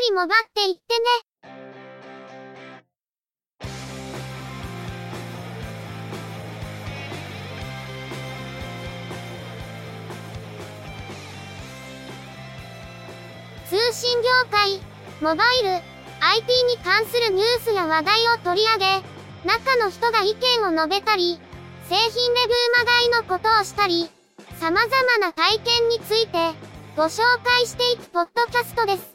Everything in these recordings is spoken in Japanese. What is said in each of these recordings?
りもばっていってね。通信業界、モバイル、IT に関するニュースや話題を取り上げ、中の人が意見を述べたり、製品レビューまがいのことをしたり、様々な体験についてご紹介していくポッドキャストです。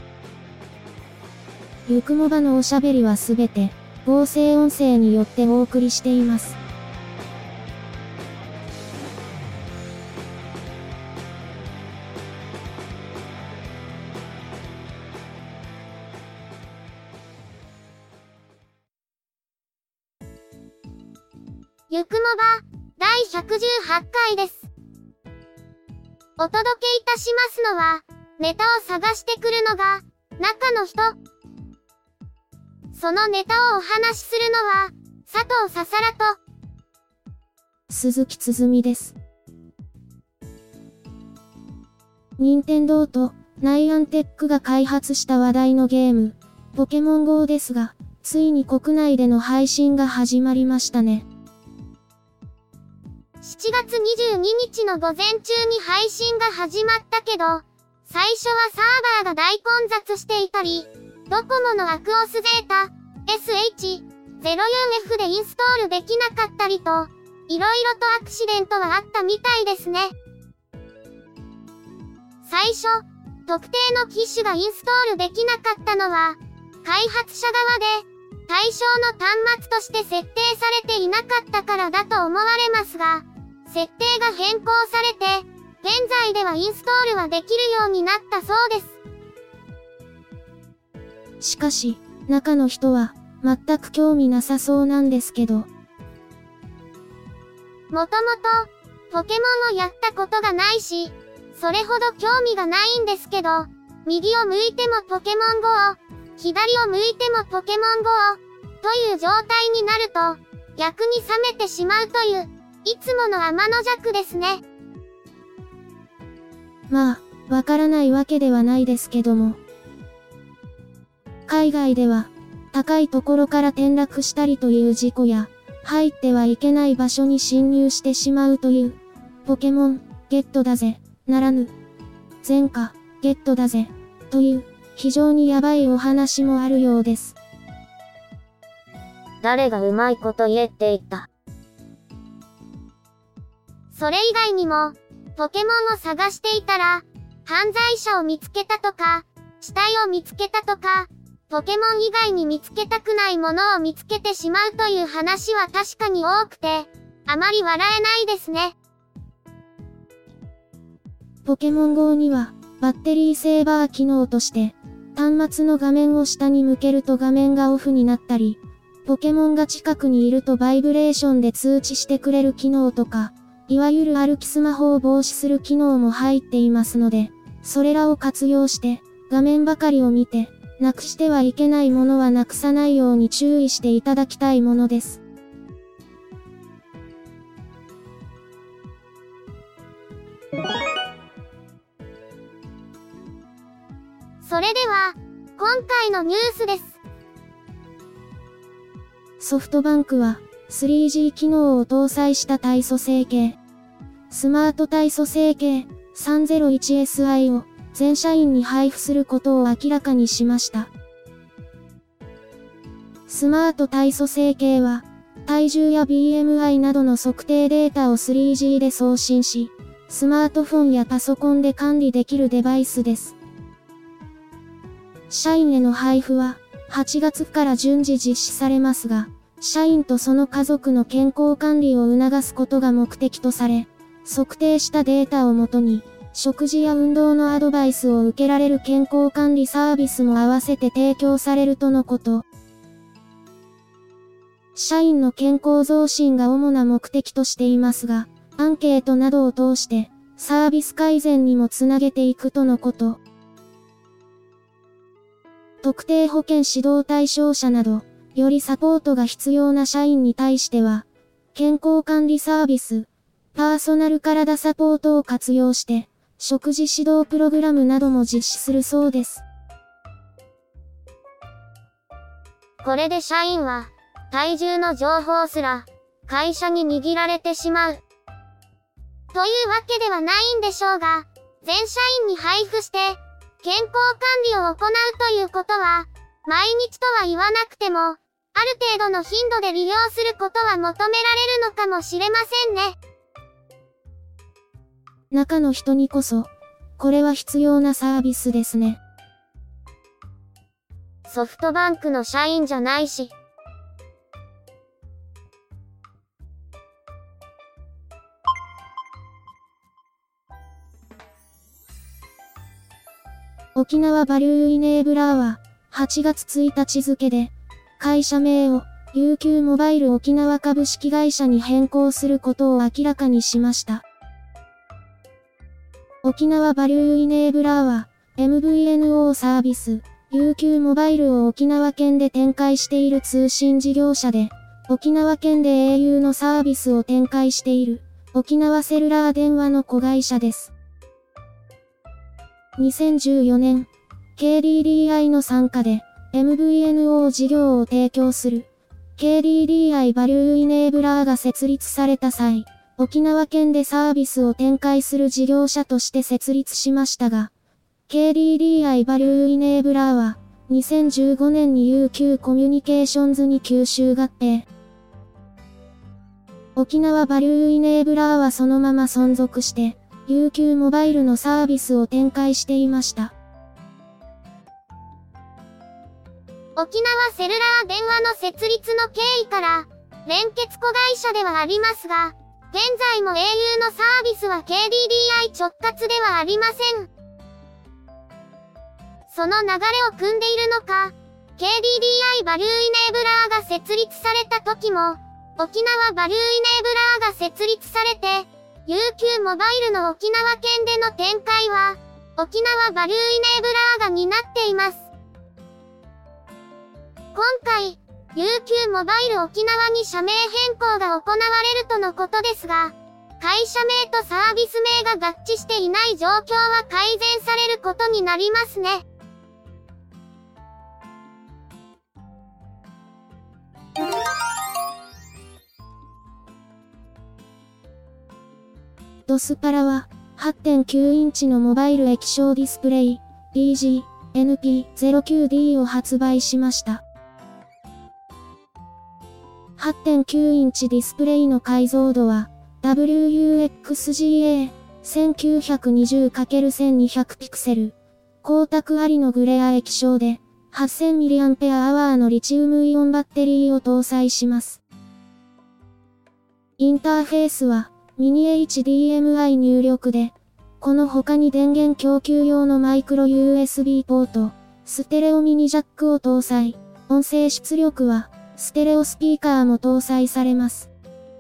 ゆくもばのおしゃべりはすべて合成音声によってお送りしています。 ゆくもば第118回です。お届けいたしますのは、ネタを探してくるのが中の人。そのネタをお話しするのは佐藤ささらと鈴木つづみです。任天堂とナイアンテックが開発した話題のゲーム、ポケモン GO ですが、ついに国内での配信が始まりましたね。 7月22日の午前中に配信が始まったけど、最初はサーバーが大混雑していたり、ドコモのアクオスゼータ SH04F でインストールできなかったりと、いろいろとアクシデントはあったみたいですね。最初、特定の機種がインストールできなかったのは、開発者側で対象の端末として設定されていなかったからだと思われますが、設定が変更されて、現在ではインストールはできるようになったそうです。 しかし、中の人は全く興味なさそうなんですけど。 もともと、ポケモンをやったことがないし、それほど興味がないんですけど、右を向いてもポケモン GO を、左を向いてもポケモン GO を、という状態になると、逆に冷めてしまうという、いつもの天の弱ですね。 まあ、わからないわけではないですけども。海外では、高いところから転落したりという事故や、入ってはいけない場所に侵入してしまうという、ポケモン、ゲットだぜ、ならぬ、前科、ゲットだぜ、という、非常にやばいお話もあるようです。 誰がうまいこと言えって言った。それ以外にも、ポケモンを探していたら、犯罪者を見つけたとか、死体を見つけたとか、ポケモン以外に見つけたくないものを見つけてしまうという話は確かに多くて、あまり笑えないですね。 ポケモン GO には、バッテリーセーバー機能として、端末の画面を下に向けると画面がオフになったり、ポケモンが近くにいるとバイブレーションで通知してくれる機能とか、いわゆる歩きスマホを防止する機能も入っていますので、それらを活用して、画面ばかりを見て、なくしてはいけないものはなくさないように注意していただきたいものです。 それでは、今回のニュースです。 ソフトバンクは、3G 機能を搭載した体組成計、スマート体組成計 301SI を全社員に配布することを明らかにしました。スマート体組成計は、体重や BMI などの測定データを 3G で送信し、スマートフォンやパソコンで管理できるデバイスです。社員への配布は、8月から順次実施されますが、社員とその家族の健康管理を促すことが目的とされ、測定したデータをもとに、食事や運動のアドバイスを受けられる健康管理サービスも合わせて提供されるとのこと。社員の健康増進が主な目的としていますが、アンケートなどを通して、サービス改善にもつなげていくとのこと。特定保険指導対象者など、よりサポートが必要な社員に対しては、健康管理サービス、パーソナル体サポートを活用して、食事指導プログラムなども実施するそうです。 これで社員は、体重の情報すら、会社に握られてしまう。というわけではないんでしょうが、全社員に配布して、健康管理を行うということは、毎日とは言わなくても、ある程度の頻度で利用することは求められるのかもしれませんね。 中の人にこそ、これは必要なサービスですね。 ソフトバンクの社員じゃないし。 沖縄バリューイネーブラーは、8月1日付で、会社名を、UQ モバイル沖縄株式会社に変更することを明らかにしました。沖縄バリューイネーブラーは、MVNO サービス、UQ モバイルを沖縄県で展開している通信事業者で、沖縄県で au のサービスを展開している、沖縄セルラー電話の子会社です。2014年、KDDI の傘下で、MVNO 事業を提供する、KDDI バリューイネーブラーが設立された際、沖縄県でサービスを展開する事業者として設立しましたが、KDDI バリューイネーブラーは、2015年に UQ コミュニケーションズに吸収合併。沖縄バリューイネーブラーはそのまま存続して、UQ モバイルのサービスを展開していました。 沖縄セルラー電話の設立の経緯から、連結子会社ではありますが、現在も au のサービスは KDDI 直轄ではありません。その流れを組んでいるのか、KDDI バリューイネーブラーが設立された時も、沖縄バリューイネーブラーが設立されて、UQ モバイルの沖縄県での展開は、沖縄バリューイネーブラーが担っています。今回、UQ モバイル沖縄に社名変更が行われるとのことですが、会社名とサービス名が合致していない状況は改善されることになりますね。 ドスパラは 8.9 インチのモバイル液晶ディスプレイ DG-NP09D を発売しました。8.9 インチディスプレイの解像度は WUXGA1920×1200 ピクセル。光沢ありのグレア液晶で 8000mAh のリチウムイオンバッテリーを搭載します。インターフェースはミニ HDMI 入力で、この他に電源供給用のマイクロ USB ポート、ステレオミニジャックを搭載。音声出力はステレオスピーカーも搭載されます。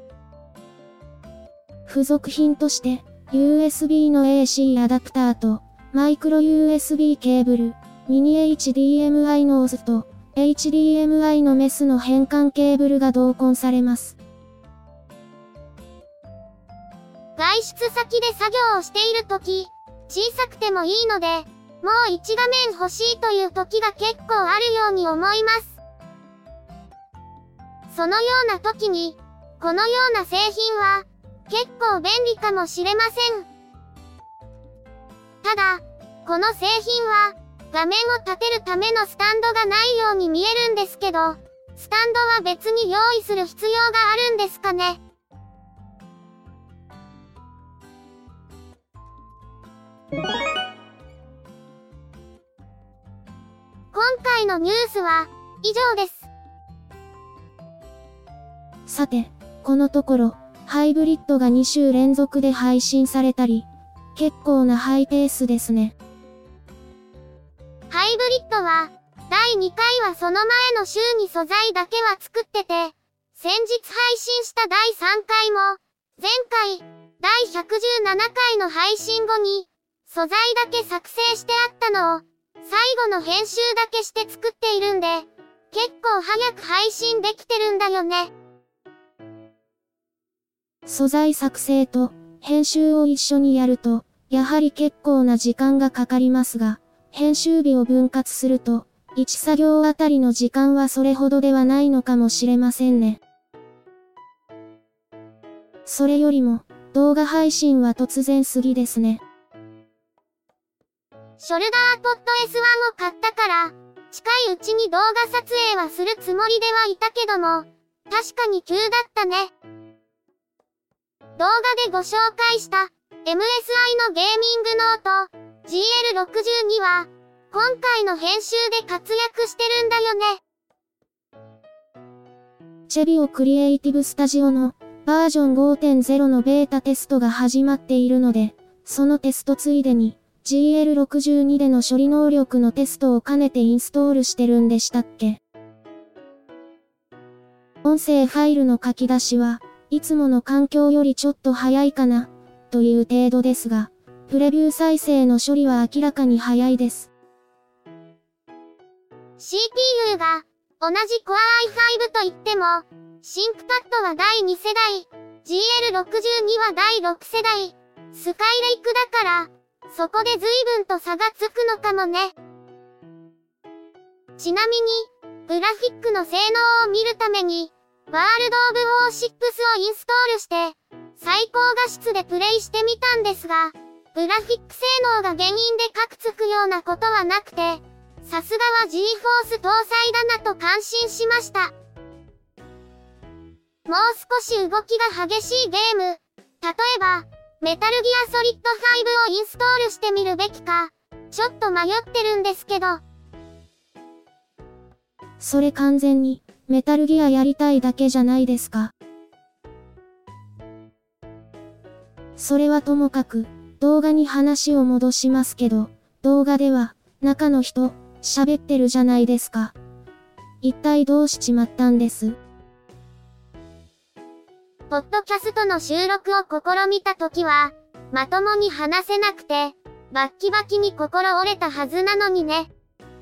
付属品として、USB の AC アダプターと、マイクロ USB ケーブル、ミニ HDMI の OS と、HDMI の MES の変換ケーブルが同梱されます。 外出先で作業をしているとき、小さくてもいいので、もう1画面欲しいという時が結構あるように思います。そのような時に、このような製品は、結構便利かもしれません。ただ、この製品は、画面を立てるためのスタンドがないように見えるんですけど、スタンドは別に用意する必要があるんですかね。今回のニュースは以上です。 さて、このところ、ハイブリッドが2週連続で配信されたり、結構なハイペースですね。 ハイブリッドは、第2回はその前の週に素材だけは作ってて、先日配信した第3回も、前回、第117回の配信後に、素材だけ作成してあったのを、最後の編集だけして作っているんで、結構早く配信できてるんだよね。 素材作成と編集を一緒にやると、やはり結構な時間がかかりますが、編集日を分割すると、 1作業あたりの時間はそれほどではないのかもしれませんね。それよりも、動画配信は突然すぎですね。 ショルダーポット S1 を買ったから、近いうちに動画撮影はするつもりではいたけども、確かに急だったね。動画でご紹介した MSI のゲーミングノート GL62 は、今回の編集で活躍してるんだよね。 チェビオクリエイティブスタジオのバージョン 5.0 のベータテストが始まっているので、そのテストついでに GL62 での処理能力のテストを兼ねてインストールしてるんでしたっけ。音声ファイルの書き出しはいつもの環境よりちょっと早いかなという程度ですが、プレビュー再生の処理は明らかに早いです。 CPU が同じ Core i5 といっても、シンクパッドは第2世代、GL62 は第6世代、スカイレイクだから、そこで随分と差がつくのかもね。ちなみに、グラフィックの性能を見るために、ワールド・オブ・ウォーシップスをインストールして、最高画質でプレイしてみたんですが、グラフィック性能が原因でカクつくようなことはなくて、さすがは GeForce 搭載だなと感心しました。もう少し動きが激しいゲーム、例えば、メタルギアソリッド5をインストールしてみるべきか、ちょっと迷ってるんですけど。 それ完全に、メタルギアやりたいだけじゃないですか。それはともかく、動画に話を戻しますけど、動画では、中の人、喋ってるじゃないですか。一体どうしちまったんです？ ポッドキャストの収録を試みたときは、まともに話せなくて、バッキバキに心折れたはずなのにね。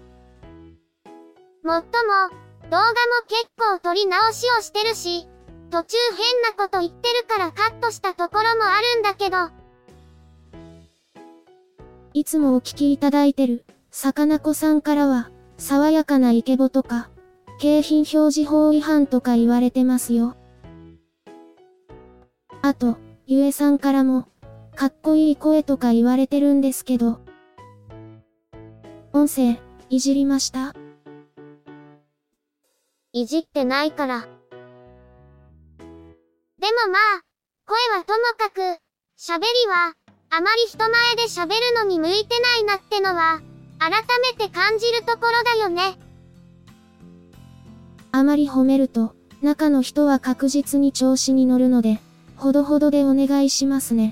もっとも、動画も結構撮り直しをしてるし、途中変なこと言ってるからカットしたところもあるんだけど。 いつもお聞きいただいてる、さかなこさんからは、爽やかなイケボとか、景品表示法違反とか言われてますよ。あと、ゆえさんからも、かっこいい声とか言われてるんですけど。音声、いじりました？ いじってないから。でもまあ、声はともかく、喋りは、あまり人前で喋るのに向いてないなってのは、改めて感じるところだよね。 あまり褒めると、中の人は確実に調子に乗るので、ほどほどでお願いしますね。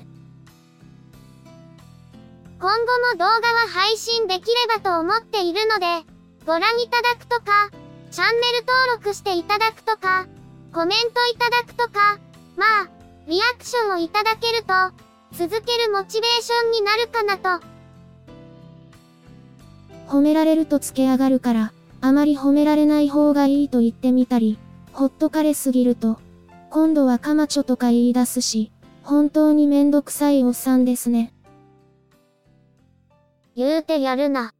今後も動画は配信できればと思っているので、ご覧いただくとか、チャンネル登録していただくとか、コメントいただくとか、まあ、リアクションをいただけると、続けるモチベーションになるかなと。 褒められるとつけ上がるから、あまり褒められない方がいいと言ってみたり、ほっとかれすぎると、今度はカマチョとか言い出すし、本当にめんどくさいおっさんですね。 言うてやるな。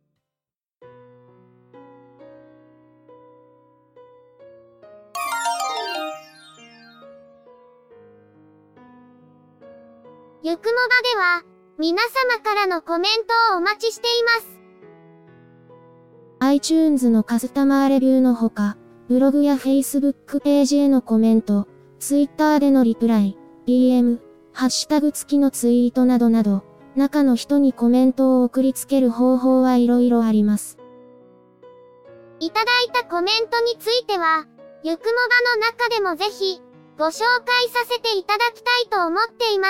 ゆくもばでは、皆様からのコメントをお待ちしています。 iTunes のカスタマーレビューのほか、ブログや Facebook ページへのコメント、Twitter でのリプライ、DM、ハッシュタグ付きのツイートなどなど、中の人にコメントを送りつける方法はいろいろあります。 いただいたコメントについては、ゆくもばの中でもぜひ、ご紹介させていただきたいと思っています。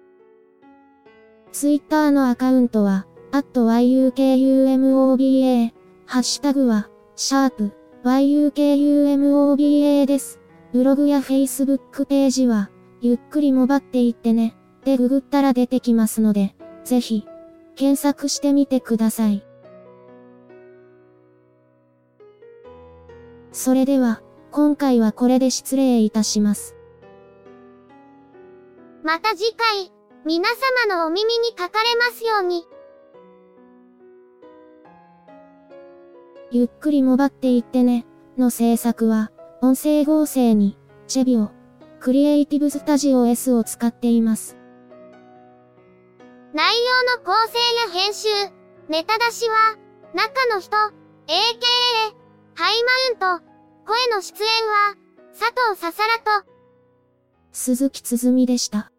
Twitter のアカウントは、@yukumoba、ハッシュタグは、#yukumoba です。ブログや Facebook ページは、ゆっくりもばっていってね、でググったら出てきますので、ぜひ、検索してみてください。それでは、今回はこれで失礼いたします。 また次回、皆様のお耳にかかれますように。 ゆっくりもばっていってね、の制作は、音声合成に、チェビオ、クリエイティブスタジオ S を使っています。 内容の構成や編集、ネタ出しは、中の人、AKA、ハイマウント、声の出演は、佐藤ささらと、 鈴木つづみでした。